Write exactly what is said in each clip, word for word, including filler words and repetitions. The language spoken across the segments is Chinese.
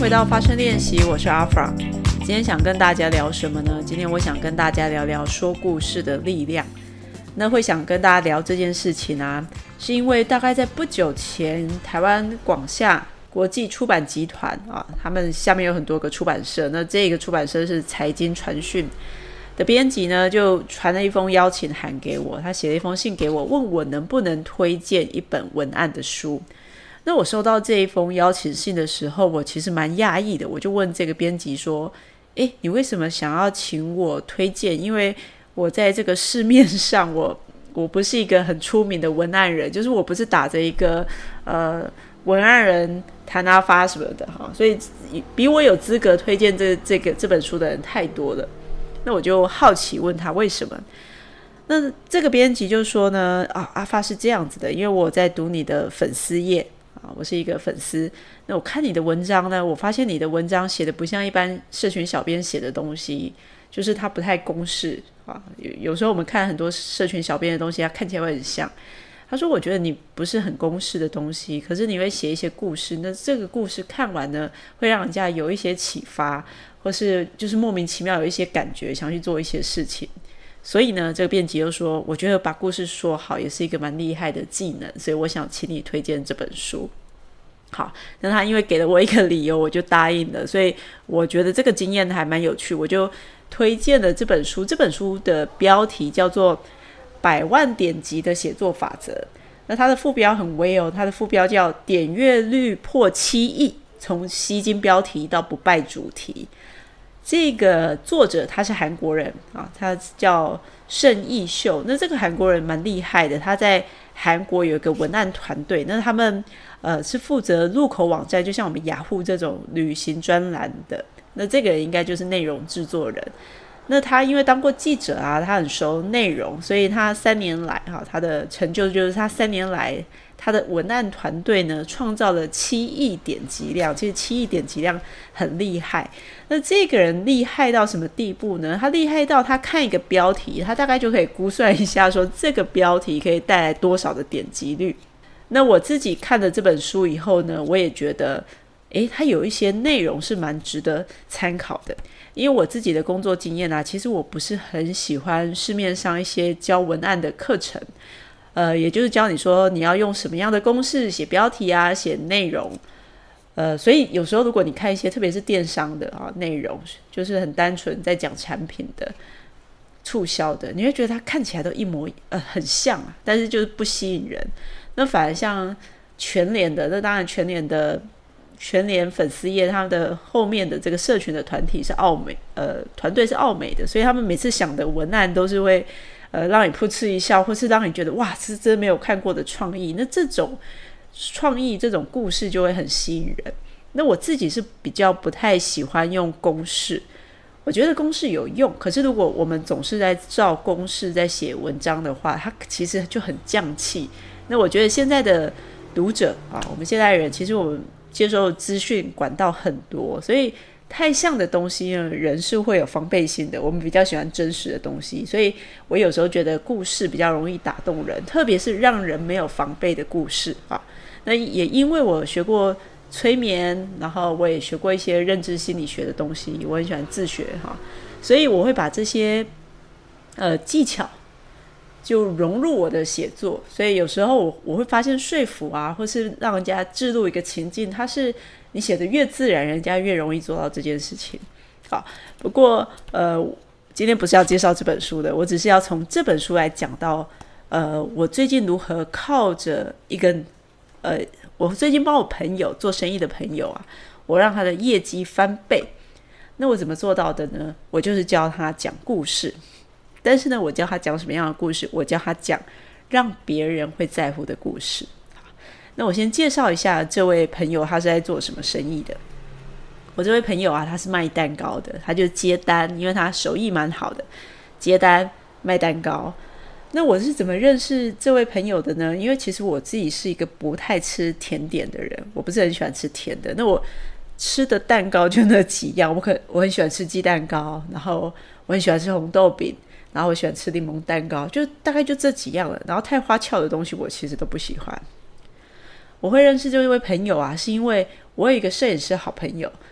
回到发声练习，我是阿弗拉。今天想跟大家聊什么呢？今天我想跟大家聊聊说故事的力量。那会想跟大家聊这件事情啊，是因为大概在不久前，台湾广夏国际出版集团啊，他们下面有很多个出版社，那这个出版社是财经传讯的编辑呢，就传了一封邀请函给我，他写了一封信给我，问我能不能推荐一本文案的书。那我收到这一封邀请信的时候，我其实蛮讶异的，我就问这个编辑说，诶，你为什么想要请我推荐？因为我在这个市面上，我我不是一个很出名的文案人，就是我不是打着一个呃文案人谈阿发什么的哈，所以比我有资格推荐这这个这本书的人太多了。那我就好奇问他为什么。那这个编辑就说呢，啊，阿发是这样子的，因为我在读你的粉丝页啊，我是一个粉丝。那我看你的文章呢，我发现你的文章写的不像一般社群小编写的东西，就是它不太公式啊。有有时候我们看很多社群小编的东西，它看起来会很像。他说我觉得你不是很公式的东西，可是你会写一些故事，那这个故事看完呢，会让人家有一些启发，或是就是莫名其妙有一些感觉，想去做一些事情。所以呢，这个编辑又说，我觉得把故事说好也是一个蛮厉害的技能，所以我想请你推荐这本书。好，那他因为给了我一个理由，我就答应了，所以我觉得这个经验还蛮有趣，我就推荐了这本书。这本书的标题叫做百万点击的写作法则。那它的副标很威哦，它的副标叫点阅率破七亿，从吸睛标题到不败主题。这个作者他是韩国人啊，他叫盛义秀。那这个韩国人蛮厉害的，他在韩国有一个文案团队，那他们呃是负责入口网站，就像我们雅虎这种旅行专栏的。那这个人应该就是内容制作人。那他因为当过记者啊，他很熟内容，所以他三年来哈，他的成就就是他三年来他的文案团队呢创造了七亿点击量，其实七亿点击量很厉害。那这个人厉害到什么地步呢？他厉害到他看一个标题，他大概就可以估算一下说这个标题可以带来多少的点击率。那我自己看了这本书以后呢，我也觉得诶，它有一些内容是蛮值得参考的。因为我自己的工作经验啊，其实我不是很喜欢市面上一些教文案的课程，呃，也就是教你说你要用什么样的公式写标题啊，写内容，呃，所以有时候如果你看一些特别是电商的啊内容，就是很单纯在讲产品的促销的，你会觉得它看起来都一模呃很像啊，但是就是不吸引人。那反而像全联的，那当然全联的。全联粉丝页，他们的后面的这个社群的团体是奥美，呃，团队是奥美的，所以他们每次想的文案都是会，呃，让你噗嗤一笑，或是让你觉得哇，这是真没有看过的创意。那这种创意，这种故事就会很吸引人。那我自己是比较不太喜欢用公式，我觉得公式有用，可是如果我们总是在照公式在写文章的话，它其实就很匠气。那我觉得现在的读者啊，我们现在人，其实我们接受资讯管道很多，所以太像的东西呢，人是会有防备心的。我们比较喜欢真实的东西，所以我有时候觉得故事比较容易打动人，特别是让人没有防备的故事啊。那也因为我学过催眠，然后我也学过一些认知心理学的东西，我很喜欢自学哈，所以我会把这些呃技巧就融入我的写作。所以有时候 我, 我会发现说服啊，或是让人家置入一个情境，它是你写的越自然，人家越容易做到这件事情。好，不过呃，今天不是要介绍这本书的，我只是要从这本书来讲到呃，我最近如何靠着一个呃，我最近帮我朋友做生意的朋友啊，我让他的业绩翻倍。那我怎么做到的呢？我就是教他讲故事。但是呢，我教他讲什么样的故事？我教他讲让别人会在乎的故事。那我先介绍一下这位朋友，他是在做什么生意的。我这位朋友啊，他是卖蛋糕的，他就接单，因为他手艺蛮好的，接单卖蛋糕。那我是怎么认识这位朋友的呢？因为其实我自己是一个不太吃甜点的人，我不是很喜欢吃甜的。那我吃的蛋糕就那几样，我可我很喜欢吃鸡蛋糕，然后我很喜欢吃红豆饼。然后我喜欢吃柠檬蛋糕，就大概就这几样了。然后太花俏的东西我其实都不喜欢。我会认识这位朋友啊，是因为我有一个摄影师好朋友，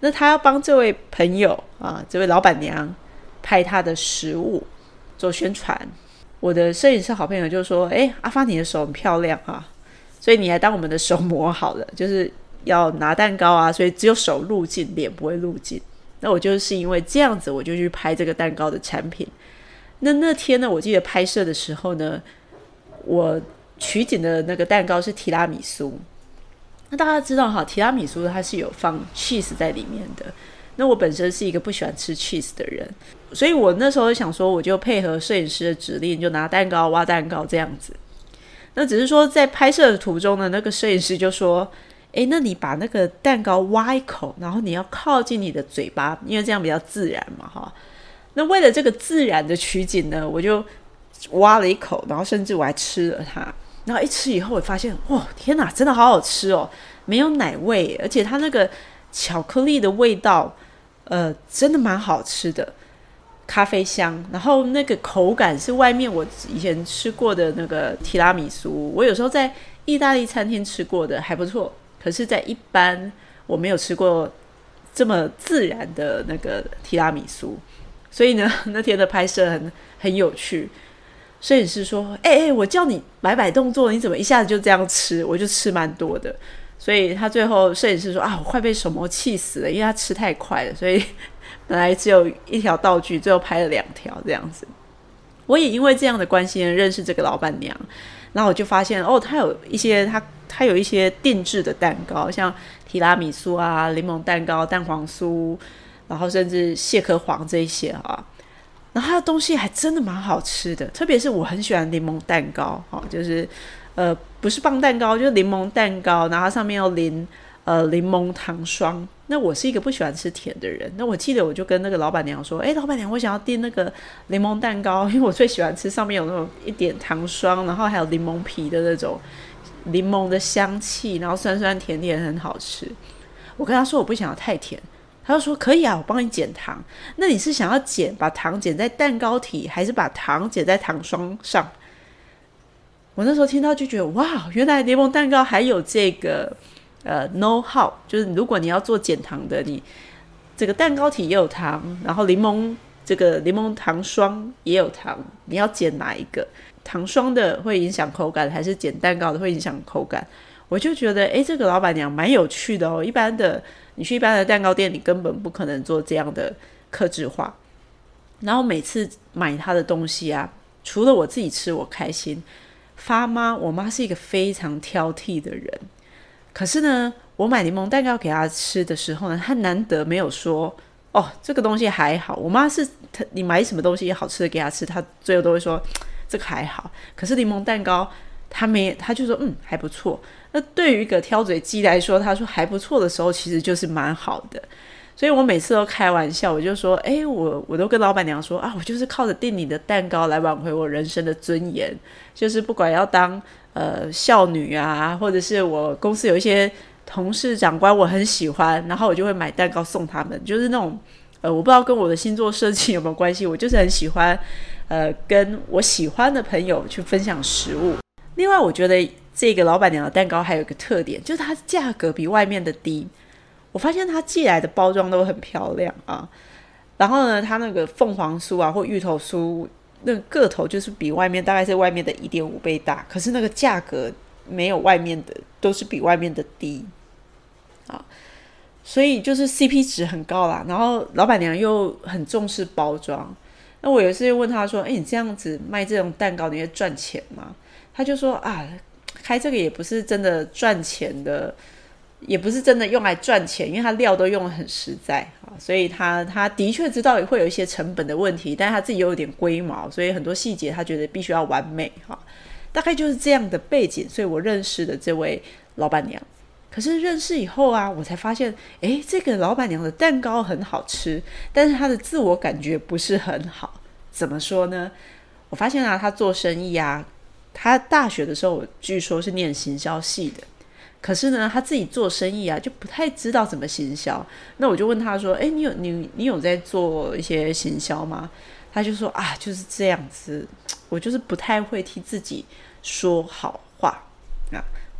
那他要帮这位朋友啊，这位老板娘拍他的食物做宣传。我的摄影师好朋友就说：“哎，阿发你的手很漂亮啊，所以你来当我们的手模好了，就是要拿蛋糕啊，所以只有手入镜，脸不会入镜。”那我就是因为这样子，我就去拍这个蛋糕的产品。那那天呢，我记得拍摄的时候呢，我取景的那个蛋糕是提拉米苏。那大家知道哈，提拉米苏它是有放 cheese 在里面的。那我本身是一个不喜欢吃 cheese 的人，所以我那时候想说，我就配合摄影师的指令，就拿蛋糕挖蛋糕这样子。那只是说在拍摄的途中呢，那个摄影师就说：“诶，那你把那个蛋糕挖一口，然后你要靠近你的嘴巴，因为这样比较自然嘛，哈。”那为了这个自然的取景呢，我就挖了一口，然后甚至我还吃了它。然后一吃以后，我发现，哇，天哪，真的好好吃哦！没有奶味，而且它那个巧克力的味道，呃，真的蛮好吃的，咖啡香。然后那个口感是外面我以前吃过的那个提拉米苏，我有时候在意大利餐厅吃过的还不错，可是在一般我没有吃过这么自然的那个提拉米苏。所以呢，那天的拍摄很很有趣。摄影师说：“哎、欸、哎、欸，我叫你摆摆动作，你怎么一下子就这样吃？”我就吃蛮多的，所以他最后摄影师说：“啊，我快被手模气死了，因为他吃太快了，所以本来只有一条道具，最后拍了两条这样子。”我也因为这样的关系认识这个老板娘，然后我就发现哦，他有一些他他有一些定制的蛋糕，像提拉米苏啊、柠檬蛋糕、蛋黄酥，然后甚至蟹壳黄这一些啊。然后它的东西还真的蛮好吃的，特别是我很喜欢柠檬蛋糕，哦、就是呃不是棒蛋糕，就是柠檬蛋糕，然后它上面要淋呃柠檬糖霜。那我是一个不喜欢吃甜的人，那我记得我就跟那个老板娘说：“哎，老板娘，我想要订那个柠檬蛋糕，因为我最喜欢吃上面有那种一点糖霜，然后还有柠檬皮的那种柠檬的香气，然后酸酸甜甜很好吃。”我跟他说我不想要太甜。他就说可以啊，我帮你减糖。那你是想要减把糖减在蛋糕体，还是把糖减在糖霜上？我那时候听到就觉得哇，原来柠檬蛋糕还有这个呃 know how， 就是如果你要做减糖的，你这个蛋糕体也有糖，然后柠檬这个柠檬糖霜也有糖，你要减哪一个？糖霜的会影响口感，还是减蛋糕的会影响口感？我就觉得诶，这个老板娘蛮有趣的哦。一般的你去一般的蛋糕店，你根本不可能做这样的客制化。然后每次买她的东西啊，除了我自己吃我开心，发妈我妈是一个非常挑剔的人。可是呢，我买柠檬蛋糕给她吃的时候呢，她难得没有说哦这个东西还好。我妈是你买什么东西好吃的给她吃，她最后都会说这个还好。可是柠檬蛋糕她没，她就说嗯还不错。那对于一个挑嘴鸡来说，他说还不错的时候，其实就是蛮好的。所以我每次都开玩笑，我就说，哎，我我都跟老板娘说啊，我就是靠着订你的蛋糕来挽回我人生的尊严，就是不管要当呃孝女啊，或者是我公司有一些同事长官我很喜欢，然后我就会买蛋糕送他们，就是那种呃我不知道跟我的星座设计有没有关系，我就是很喜欢呃跟我喜欢的朋友去分享食物。另外，我觉得这个老板娘的蛋糕还有一个特点，就是它价格比外面的低。我发现它寄来的包装都很漂亮啊，然后呢，它那个凤凰酥啊或芋头酥，那个个头就是比外面大概是外面的 一点五 倍大，可是那个价格没有外面的，都是比外面的低啊，所以就是 C P 值很高啦。然后老板娘又很重视包装。那我有一次问他说：“哎，你这样子卖这种蛋糕，你会赚钱吗？”他就说：“啊，开这个也不是真的赚钱的，也不是真的用来赚钱，因为他料都用得很实在啊，所以他他的确知道会有一些成本的问题，但是他自己又有点龟毛，所以很多细节他觉得必须要完美哈。大概就是这样的背景，所以我认识的这位老板娘。可是认识以后啊，我才发现，诶，这个老板娘的蛋糕很好吃，但是她的自我感觉不是很好。怎么说呢？我发现啊，她做生意啊，她大学的时候据说是念行销系的，可是呢，她自己做生意啊，就不太知道怎么行销。那我就问她说：“诶，你有你你有在做一些行销吗？”她就说：“啊，就是这样子，我就是不太会替自己说好话啊。”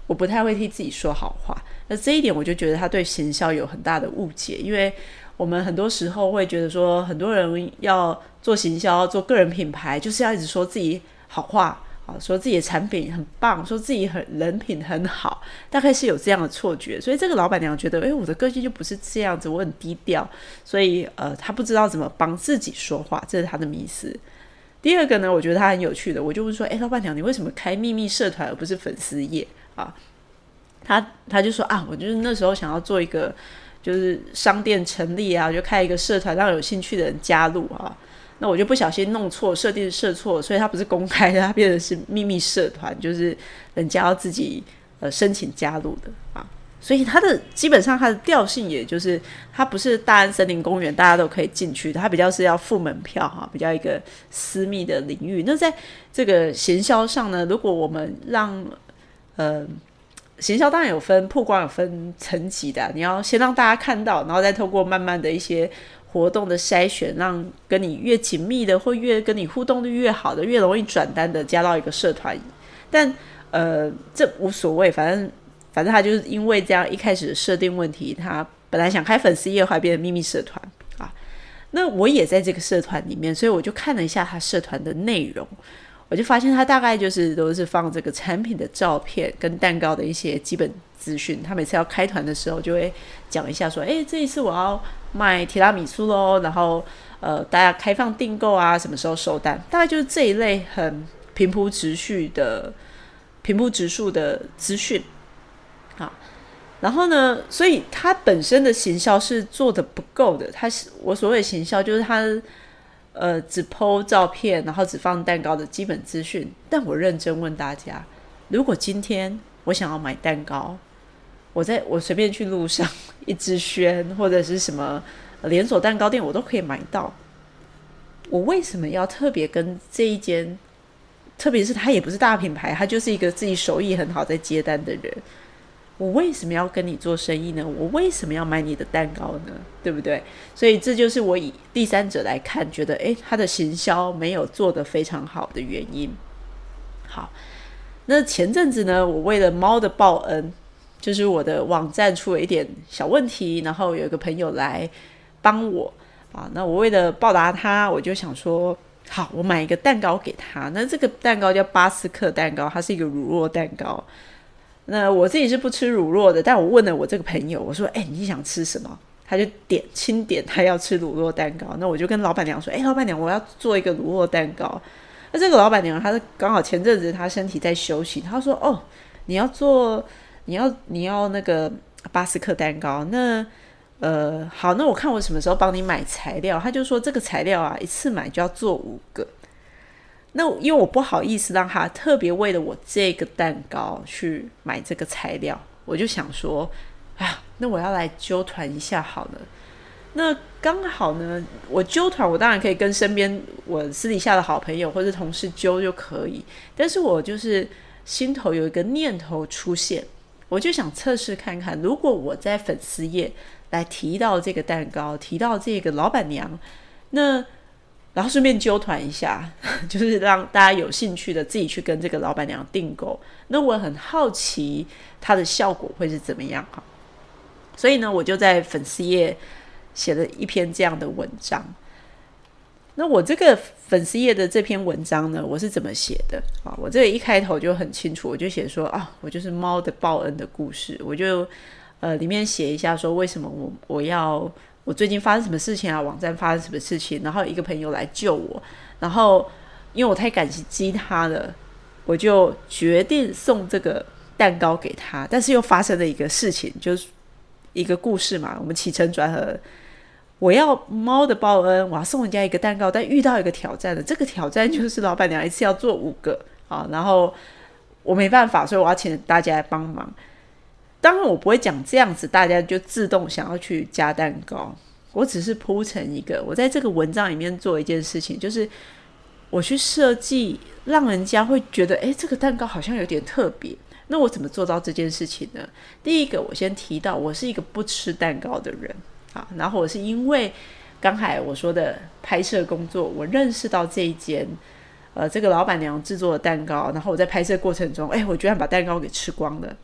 我不太会替自己说好话。那这一点我就觉得他对行销有很大的误解，因为我们很多时候会觉得说，很多人要做行销做个人品牌就是要一直说自己好话，说自己的产品很棒，说自己很人品很好，大概是有这样的错觉。所以这个老板娘觉得，哎，我的个性就不是这样子，我很低调，所以呃，她不知道怎么帮自己说话，这是她的迷思。第二个呢，我觉得她很有趣的，我就问说，哎，老板娘，你为什么开秘密社团而不是粉丝页啊？她她就说啊，我就是那时候想要做一个就是商店成立啊，就开一个社团，让有兴趣的人加入啊。那我就不小心弄错，设定设错，所以它不是公开的，它变成是秘密社团，就是人家要自己呃申请加入的啊。所以它的基本上它的调性，也就是它不是大安森林公园大家都可以进去的，它比较是要付门票哈，比较一个私密的领域。那在这个行销上呢，如果我们让呃行销当然有分曝光有分层级的、啊，你要先让大家看到，然后再透过慢慢的一些活动的筛选，让跟你越紧密的或越跟你互动率越好的越容易转单的加到一个社团。但呃这无所谓，反正反正他就是因为这样一开始的设定问题，他本来想开粉丝页，后来变成秘密社团啊。那我也在这个社团里面，所以我就看了一下他社团的内容，我就发现他大概就是都是放这个产品的照片跟蛋糕的一些基本资讯。他每次要开团的时候就会讲一下说，哎，这一次我要卖提拉米苏咯，然后呃大家开放订购啊，什么时候收单，大概就是这一类很平铺直叙的平铺直述的资讯啊。然后呢，所以他本身的行销是做的不够的。他我所谓的行销就是他呃只 po 照片，然后只放蛋糕的基本资讯。但我认真问大家，如果今天我想要买蛋糕，我在我随便去路上一支轩或者是什么连锁蛋糕店我都可以买到，我为什么要特别跟这一间，特别是他也不是大品牌，他就是一个自己手艺很好在接单的人，我为什么要跟你做生意呢？我为什么要买你的蛋糕呢？对不对？所以这就是我以第三者来看，觉得诶他的行销没有做得非常好的原因。好，那前阵子呢，我为了猫的报恩，就是我的网站出了一点小问题，然后有一个朋友来帮我啊，那我为了报答他，我就想说，好，我买一个蛋糕给他。那这个蛋糕叫巴斯克蛋糕，它是一个乳酪蛋糕。那我自己是不吃乳酪的，但我问了我这个朋友，我说，哎、欸，你想吃什么？他就点清点他要吃乳酪蛋糕。那我就跟老板娘说，哎、欸，老板娘，我要做一个乳酪蛋糕。那这个老板娘她刚好前阵子她身体在休息，她说，哦，你要做。你要你要那个巴斯克蛋糕，那呃好，那我看我什么时候帮你买材料。他就说这个材料啊，一次买就要做五个。那因为我不好意思让他特别为了我这个蛋糕去买这个材料，我就想说，哎呀，那我要来揪团一下好了。那刚好呢，我揪团，我当然可以跟身边我私底下的好朋友或是同事揪就可以，但是我就是心头有一个念头出现。我就想测试看看，如果我在粉丝页来提到这个蛋糕，提到这个老板娘，那然后顺便揪团一下，就是让大家有兴趣的自己去跟这个老板娘订购。那我很好奇它的效果会是怎么样哈。所以呢，我就在粉丝页写了一篇这样的文章。那我这个粉丝页的这篇文章呢，我是怎么写的啊？我这个一开头就很清楚，我就写说啊，我就是猫的报恩的故事。我就呃里面写一下说为什么我我要我最近发生什么事情啊，网站发生什么事情，然后一个朋友来救我，然后因为我太感激他了，我就决定送这个蛋糕给他。但是又发生了一个事情，就是一个故事嘛，我们起承转合。我要猫的报恩，我要送人家一个蛋糕，但遇到一个挑战的，这个挑战就是老板娘一次要做五个啊，然后我没办法，所以我要请大家来帮忙。当然我不会讲这样子大家就自动想要去加蛋糕，我只是铺成一个，我在这个文章里面做一件事情，就是我去设计让人家会觉得诶这个蛋糕好像有点特别。那我怎么做到这件事情呢？第一个我先提到我是一个不吃蛋糕的人，好，然后我是因为刚才我说的拍摄工作，我认识到这一间呃这个老板娘制作的蛋糕，然后我在拍摄过程中，哎，我居然把蛋糕给吃光了。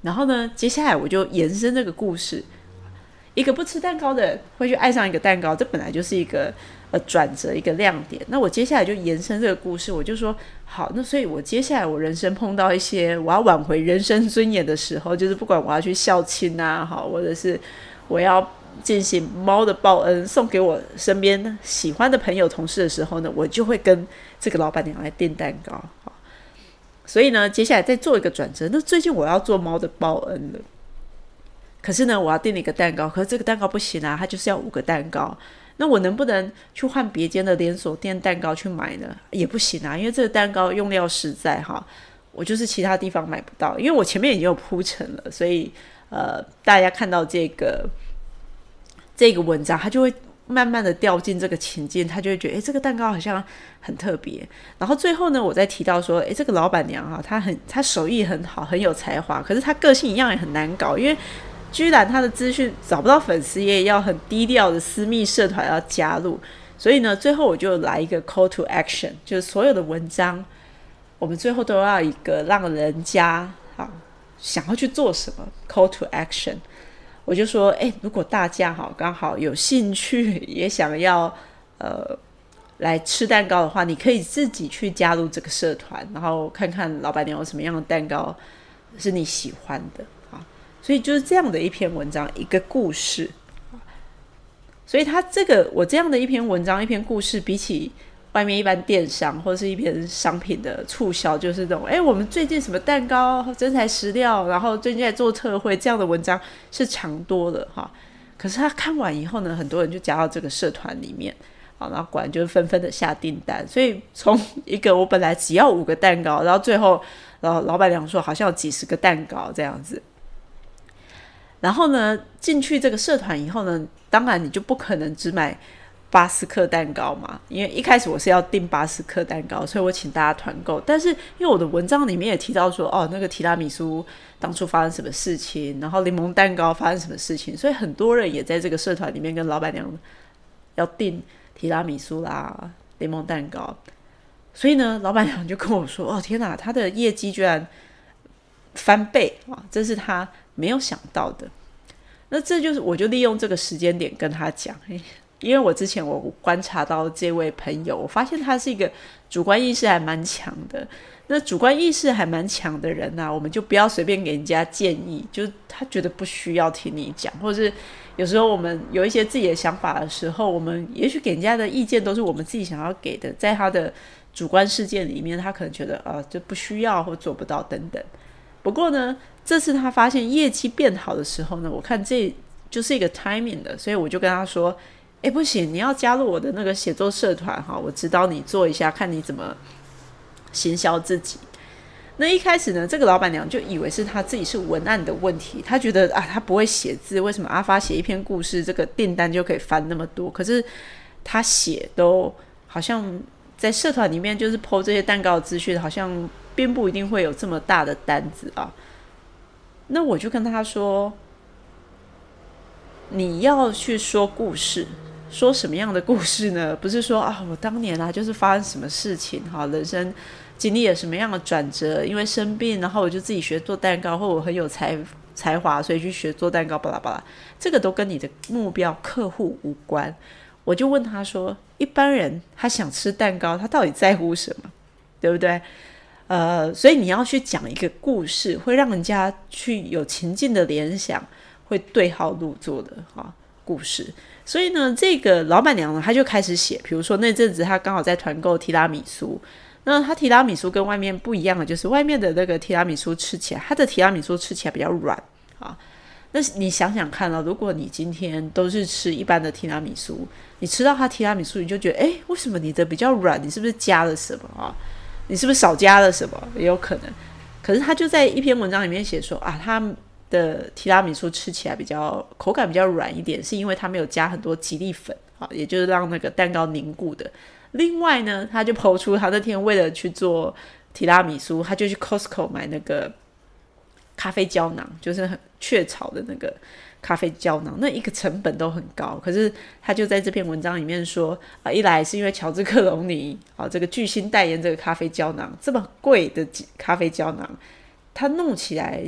然后呢，接下来我就延伸这个故事，一个不吃蛋糕的人会去爱上一个蛋糕，这本来就是一个呃转折，一个亮点。那我接下来就延伸这个故事，我就说好，那所以我接下来我人生碰到一些我要挽回人生尊严的时候，就是不管我要去孝亲啊，好，或者是我要进行猫的报恩，送给我身边喜欢的朋友同事的时候呢，我就会跟这个老板娘来订蛋糕。所以呢，接下来再做一个转折，那最近我要做猫的报恩了，可是呢我要订了一个蛋糕，可是这个蛋糕不行啊，它就是要五个蛋糕，那我能不能去换别间的连锁店蛋糕去买呢？也不行啊，因为这个蛋糕用料实在哈，我就是其他地方买不到，因为我前面已经有铺陈了，所以呃，大家看到这个这个文章，它就会慢慢的掉进这个情境，他就会觉得，哎，这个蛋糕好像很特别。然后最后呢，我再提到说，哎，这个老板娘哈，她很，她手艺很好，很有才华，可是她个性一样也很难搞，因为居然她的资讯找不到粉丝页，要很低调的私密社团要加入。所以呢，最后我就来一个 call to action， 就是所有的文章，我们最后都要一个让人家啊想要去做什么 call to action。我就说，哎，如果大家哈刚好有兴趣，也想要呃来吃蛋糕的话，你可以自己去加入这个社团，然后看看老板娘有什么样的蛋糕是你喜欢的啊。所以就是这样的一篇文章，一个故事。所以它这个我这样的一篇文章，一篇故事，比起外面一般电商或是一篇商品的促销，就是那种哎，我们最近什么蛋糕真材实料，然后最近在做特惠，这样的文章是长多了哈。可是他看完以后呢，很多人就加到这个社团里面，好，然后果然就是纷纷的下订单。所以从一个我本来只要五个蛋糕，然后最后然后老板娘说好像有几十个蛋糕这样子。然后呢，进去这个社团以后呢，当然你就不可能只买巴斯克蛋糕嘛，因为一开始我是要订巴斯克蛋糕，所以我请大家团购。但是因为我的文章里面也提到说，哦，那个提拉米苏当初发生什么事情，然后柠檬蛋糕发生什么事情，所以很多人也在这个社团里面跟老板娘要订提拉米苏啦、柠檬蛋糕。所以呢，老板娘就跟我说，哦天哪，他的业绩居然翻倍啊，这是他没有想到的。那这就是我就利用这个时间点跟他讲，因为我之前我观察到这位朋友，我发现他是一个主观意识还蛮强的。那主观意识还蛮强的人啊，我们就不要随便给人家建议，就是他觉得不需要听你讲，或者是有时候我们有一些自己的想法的时候，我们也许给人家的意见都是我们自己想要给的，在他的主观世界里面，他可能觉得啊，就不需要或做不到等等。不过呢，这次他发现业绩变好的时候呢，我看这就是一个 timing 的，所以我就跟他说，哎，不行，你要加入我的那个写作社团哈，我指导你做一下，看你怎么行销自己。那一开始呢，这个老板娘就以为是他自己是文案的问题，他觉得啊，他不会写字，为什么阿发写一篇故事，这个订单就可以翻那么多？可是他写都好像在社团里面就是 po 这些蛋糕的资讯，好像并不一定会有这么大的单子啊。那我就跟他说，你要去说故事，说什么样的故事呢？不是说啊，我当年啊就是发生什么事情哈，人生经历了什么样的转折，因为生病，然后我就自己学做蛋糕，或我很有才才华，所以去学做蛋糕，巴拉巴拉，这个都跟你的目标客户无关。我就问他说，一般人他想吃蛋糕，他到底在乎什么，对不对？呃，所以你要去讲一个故事，会让人家去有情境的联想，会对号入座的哈故事。所以呢，这个老板娘呢，她就开始写，比如说那阵子她刚好在团购提拉米苏，那她提拉米苏跟外面不一样的就是外面的那个提拉米苏吃起来，她的提拉米苏吃起来比较软啊。那你想想看啊，如果你今天都是吃一般的提拉米苏，你吃到它提拉米苏，你就觉得，哎，为什么你的比较软？你是不是加了什么啊？你是不是少加了什么？也有可能。可是他就在一篇文章里面写说啊，他的提拉米苏吃起来比较口感比较软一点，是因为他没有加很多吉利粉啊，也就是让那个蛋糕凝固的。另外呢，他就抛出他那天为了去做提拉米苏，他就去 Costco 买那个咖啡胶囊，就是很雀巢的那个咖啡胶囊，那一个成本都很高。可是他就在这篇文章里面说啊，一来是因为乔治克隆尼啊这个巨星代言这个咖啡胶囊，这么贵的咖啡胶囊，他弄起来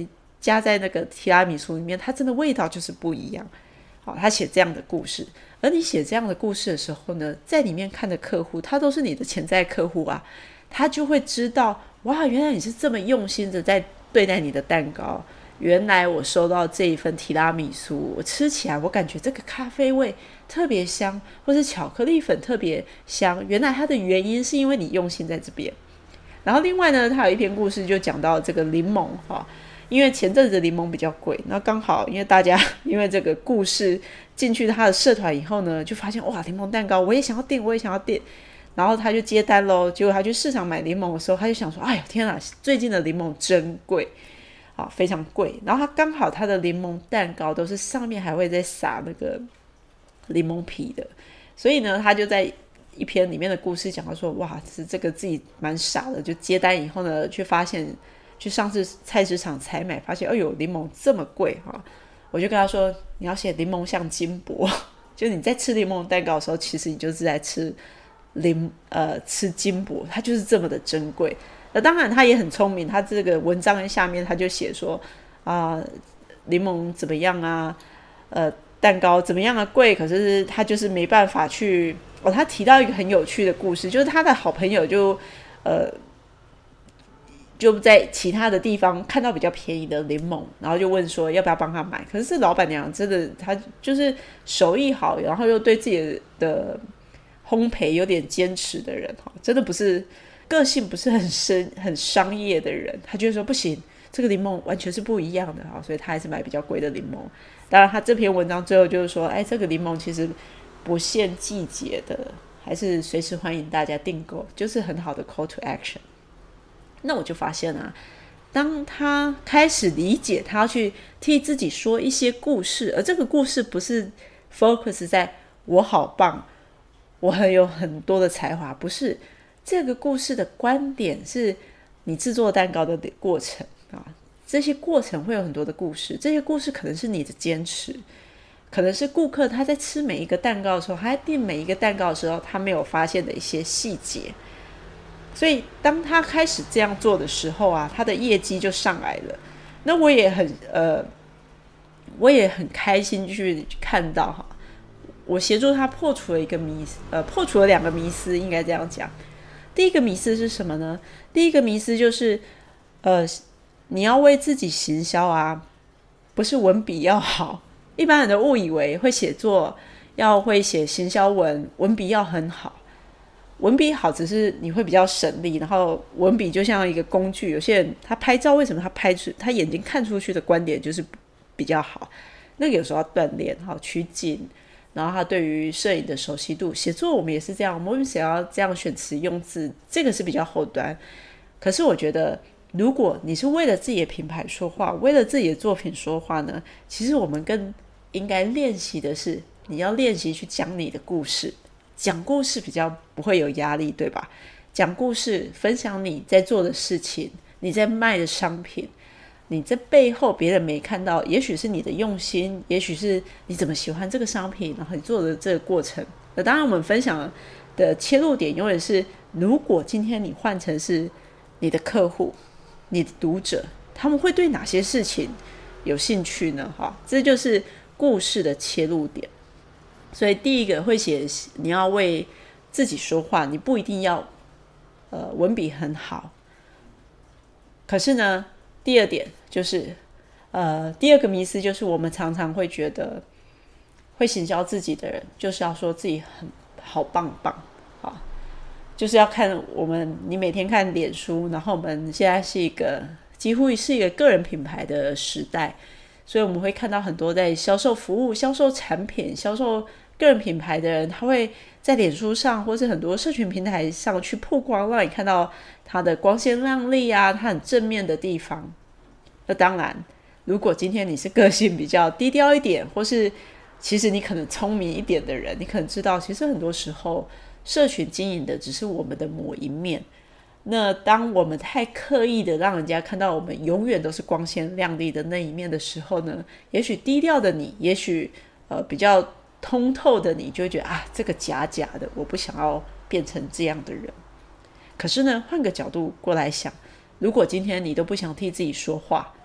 加在那个提拉米苏里面，它真的味道就是不一样。好，他写这样的故事，而你写这样的故事的时候呢，在里面看的客户，他都是你的潜在客户啊，他就会知道，哇，原来你是这么用心的在对待你的蛋糕。原来我收到这一份提拉米苏，我吃起来我感觉这个咖啡味特别香，或是巧克力粉特别香，原来它的原因是因为你用心在这边。然后另外呢，他有一篇故事就讲到这个柠檬哈，因为前阵子柠檬比较贵，那刚好因为大家因为这个故事进去他的社团以后呢，就发现哇，柠檬蛋糕我也想要订，我也想要订，然后他就接单咯。结果他去市场买柠檬的时候，他就想说，哎呀天啊，最近的柠檬真贵啊，非常贵。然后他刚好他的柠檬蛋糕都是上面还会再撒那个柠檬皮的，所以呢他就在一篇里面的故事讲到说，哇，是这个自己蛮傻的，就接单以后呢，却发现去上市菜市场采买，发现哎呦柠檬这么贵哈，我就跟他说，你要写柠檬像金箔，就你在吃柠檬蛋糕的时候，其实你就是在吃柠呃吃金箔，它就是这么的珍贵。那当然他也很聪明，他这个文章下面他就写说啊、呃，柠檬怎么样啊，呃蛋糕怎么样啊贵，可是他就是没办法去。哦，他提到一个很有趣的故事，就是他的好朋友就呃就在其他的地方看到比较便宜的柠檬，然后就问说要不要帮他买。可是老板娘真的，她就是手艺好，然后又对自己的烘焙有点坚持的人，真的不是个性不是很深很商业的人，他就说不行，这个柠檬完全是不一样的，所以他还是买比较贵的柠檬。当然他这篇文章最后就是说，哎，这个柠檬其实不限季节的，还是随时欢迎大家订购，就是很好的 call to action。 那我就发现啊，当他开始理解他要去替自己说一些故事，而这个故事不是 focus 在我好棒，我很有很多的才华，不是，这个故事的观点是你制作蛋糕的过程啊，这些过程会有很多的故事，这些故事可能是你的坚持，可能是顾客他在吃每一个蛋糕的时候，他在订每一个蛋糕的时候，他没有发现的一些细节。所以当他开始这样做的时候啊，他的业绩就上来了。那我也很呃，我也很开心去看到哈，我协助他破除了一个迷思，呃，破除了两个迷思，应该这样讲。第一个迷思是什么呢？第一个迷思就是，呃，你要为自己行销啊，不是文笔要好。一般人都误以为会写作要会写行销文，文笔要很好。文笔好只是你会比较省力，然后文笔就像一个工具。有些人他拍照，为什么他拍出他眼睛看出去的观点就是比较好？那个有时候要锻炼，好取景，然后他对于摄影的熟悉度。写作我们也是这样，我们想要这样选词用字，这个是比较后端。可是我觉得，如果你是为了自己的品牌说话，为了自己的作品说话呢，其实我们更应该练习的是，你要练习去讲你的故事。讲故事比较不会有压力，对吧？讲故事，分享你在做的事情，你在卖的商品，你在背后别人没看到，也许是你的用心，也许是你怎么喜欢这个商品，然后你做的这个过程。那当然我们分享的切入点永远是，如果今天你换成是你的客户，你的读者，他们会对哪些事情有兴趣呢？这就是故事的切入点。所以第一个会写，你要为自己说话，你不一定要呃文笔很好。可是呢，第二点就是呃第二个迷思就是我们常常会觉得，会行销自己的人就是要说自己很好棒棒啊，就是要看我们你每天看脸书，然后我们现在是一个几乎是一个个人品牌的时代。所以我们会看到很多在销售服务、销售产品、销售个人品牌的人，他会在脸书上或是很多社群平台上去曝光，让你看到他的光鲜亮丽啊，他很正面的地方。那当然，如果今天你是个性比较低调一点，或是其实你可能聪明一点的人，你可能知道，其实很多时候社群经营的只是我们的某一面。那当我们太刻意的让人家看到我们永远都是光鲜亮丽的那一面的时候呢，也许低调的你，也许呃比较通透的你就会觉得啊，这个假假的，我不想要变成这样的人。可是呢，换个角度过来想，如果今天你都不想替自己说话，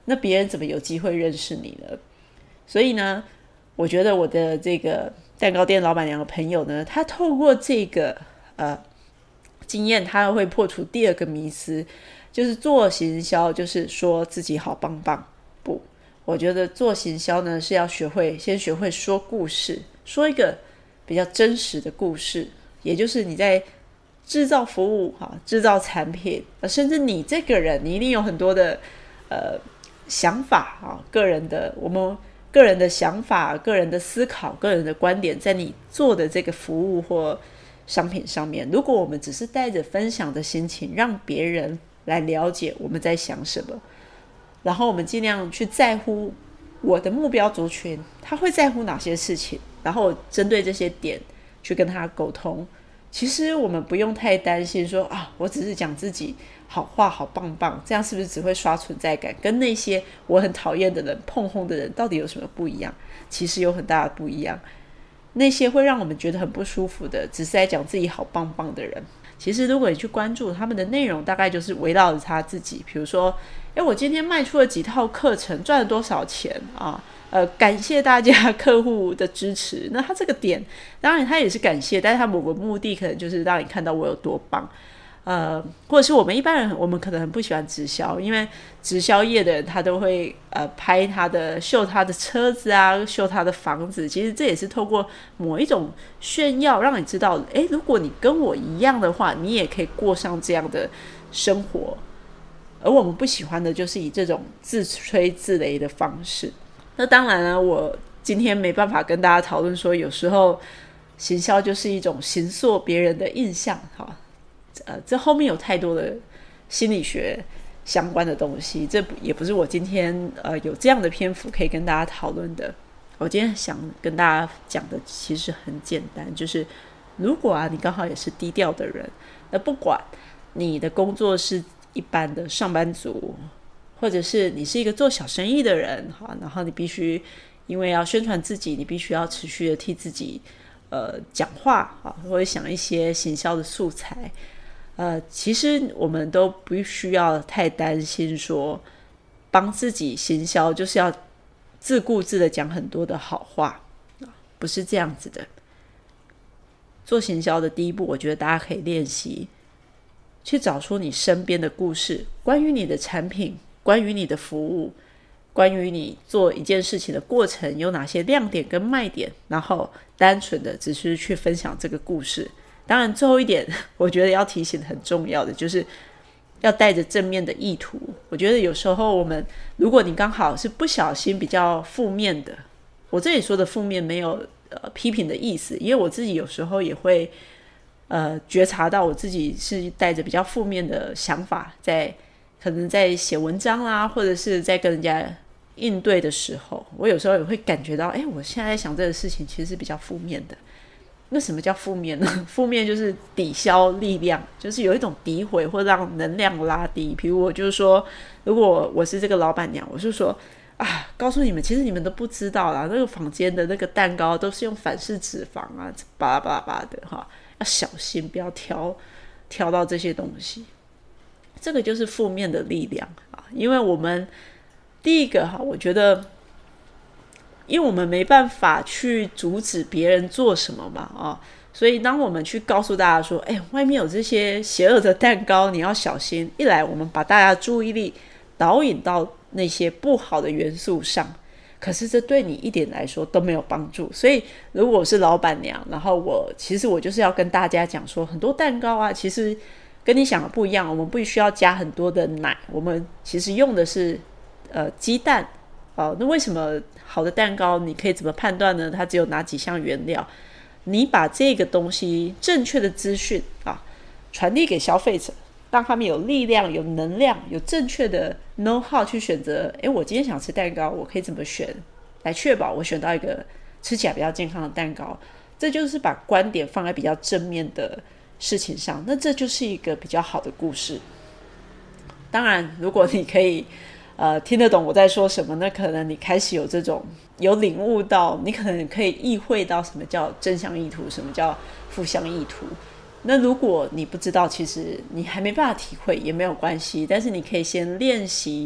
那别人怎么有机会认识你呢？所以呢，我觉得我的这个蛋糕店老板娘的朋友呢，他透过这个呃经验，他会破除第二个迷思，就是做行销就是说自己好棒棒。不，我觉得做行销呢是要学会先学会说故事，说一个比较真实的故事，也就是你在制造服务哈，制造产品，甚至你这个人，你一定有很多的呃想法啊，个人的我们个人的想法、个人的思考、个人的观点，在你做的这个服务或商品上面，如果我们只是带着分享的心情，让别人来了解我们在想什么，然后我们尽量去在乎我的目标族群他会在乎哪些事情，然后针对这些点去跟他沟通。其实我们不用太担心说啊，我只是讲自己好话好棒棒，这样是不是只会刷存在感，跟那些我很讨厌的人碰轰的人到底有什么不一样？其实有很大的不一样。那些会让我们觉得很不舒服的，只是在讲自己好棒棒的人，其实如果你去关注他们的内容，大概就是围绕着他自己。比如说诶我今天卖出了几套课程，赚了多少钱啊？呃，感谢大家客户的支持。那他这个点当然他也是感谢，但是他某个目的可能就是让你看到我有多棒。呃，或者是我们一般人，我们可能很不喜欢直销，因为直销业的人他都会呃拍他的秀他的车子啊，秀他的房子，其实这也是透过某一种炫耀，让你知道，诶，如果你跟我一样的话，你也可以过上这样的生活。而我们不喜欢的就是以这种自吹自擂的方式。那当然了，我今天没办法跟大家讨论说，有时候行销就是一种形塑别人的印象，哈。呃，这后面有太多的心理学相关的东西，这也不是我今天呃有这样的篇幅可以跟大家讨论的。我今天想跟大家讲的其实很简单，就是如果啊你刚好也是低调的人，那不管你的工作是一般的上班族，或者是你是一个做小生意的人，哈，然后你必须因为要宣传自己，你必须要持续的替自己呃讲话啊，或者想一些行销的素材。呃，其实我们都不需要太担心说帮自己行销就是要自顾自的讲很多的好话，不是这样子的。做行销的第一步，我觉得大家可以练习去找出你身边的故事，关于你的产品，关于你的服务，关于你做一件事情的过程有哪些亮点跟卖点，然后单纯的只是去分享这个故事。当然最后一点我觉得要提醒很重要的，就是要带着正面的意图。我觉得有时候我们如果你刚好是不小心比较负面的，我这里说的负面没有呃批评的意思，因为我自己有时候也会呃觉察到我自己是带着比较负面的想法，在可能在写文章啦，或者是在跟人家应对的时候，我有时候也会感觉到哎，我现在在想这个事情其实是比较负面的。那什么叫负面呢？负面就是抵消力量，就是有一种诋毁或让能量拉低。比如我就是说，如果我是这个老板娘，我就说啊，告诉你们，其实你们都不知道啦，那个坊间的那个蛋糕都是用反式脂肪啊，巴拉巴拉巴拉的哈，要小心，不要挑挑到这些东西。这个就是负面的力量啊，因为我们第一个哈，我觉得。因为我们没办法去阻止别人做什么嘛，啊，所以当我们去告诉大家说，哎，外面有这些邪恶的蛋糕，你要小心。一来，我们把大家的注意力导引到那些不好的元素上，可是这对你一点来说都没有帮助。所以，如果我是老板娘，然后我其实我就是要跟大家讲说，很多蛋糕啊，其实跟你想的不一样。我们不需要加很多的奶，我们其实用的是呃鸡蛋。哦，那为什么好的蛋糕你可以怎么判断呢？它只有哪几项原料？你把这个东西正确的资讯啊传递给消费者，让他们有力量、有能量、有正确的 know how 去选择。诶，我今天想吃蛋糕，我可以怎么选，来确保我选到一个吃起来比较健康的蛋糕。这就是把观点放在比较正面的事情上，那这就是一个比较好的故事。当然，如果你可以呃，听得懂我在说什么，那可能你开始有这种有领悟到，你可能可以意会到什么叫正向意图，什么叫负向意图。那如果你不知道，其实你还没办法体会也没有关系，但是你可以先练习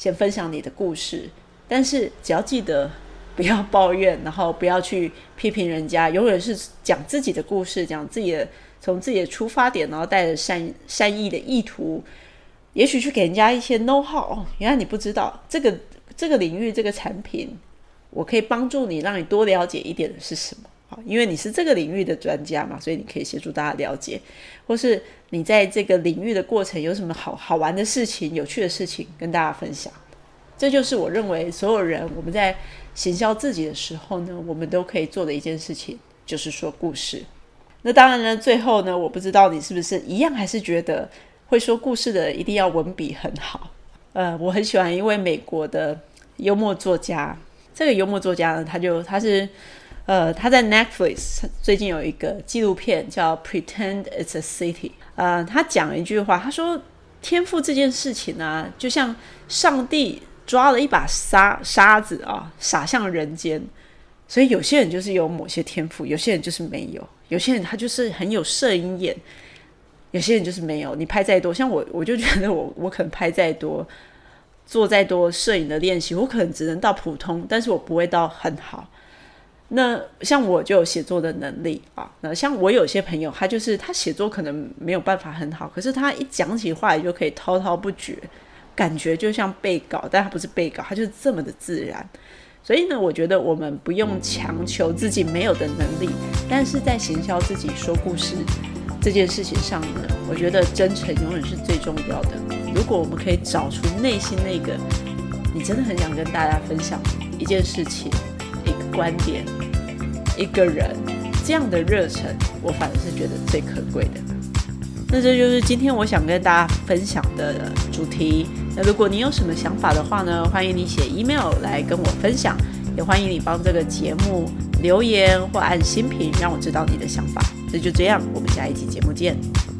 先分享你的故事，但是只要记得不要抱怨，然后不要去批评人家，永远是讲自己的故事，讲自己的，从自己的出发点，然后带着善善意的意图，也许去给人家一些 know how， 哦，原来你不知道这个这个领域这个产品，我可以帮助你，让你多了解一点的是什么。因为你是这个领域的专家嘛，所以你可以协助大家了解，或是你在这个领域的过程有什么好好玩的事情、有趣的事情跟大家分享。这就是我认为所有人我们在行销自己的时候呢，我们都可以做的一件事情，就是说故事。那当然呢，最后呢，我不知道你是不是一样，还是觉得会说故事的一定要文笔很好。呃，我很喜欢一位美国的幽默作家，这个幽默作家呢，他就他是。呃，他在 Netflix 最近有一个纪录片叫 Pretend It's a City， 呃，他讲了一句话，他说天赋这件事情啊，就像上帝抓了一把沙沙子啊，撒向人间。所以有些人就是有某些天赋，有些人就是没有，有些人他就是很有摄影眼，有些人就是没有。你拍再多，像我，我就觉得我我可能拍再多，做再多摄影的练习，我可能只能到普通，但是我不会到很好。那像我就有写作的能力啊，那像我有些朋友，他就是他写作可能没有办法很好，可是他一讲起话也就可以滔滔不绝，感觉就像背稿，但他不是背稿，他就是这么的自然。所以呢，我觉得我们不用强求自己没有的能力，但是在行销自己说故事这件事情上呢，我觉得真诚永远是最重要的。如果我们可以找出内心那个你真的很想跟大家分享一件事情、一个观点、一个人，这样的热忱，我反而是觉得最可贵的。那这就是今天我想跟大家分享的主题。那如果你有什么想法的话呢，欢迎你写 email 来跟我分享，也欢迎你帮这个节目留言或按新评，让我知道你的想法。那就这样，我们下一期节目见。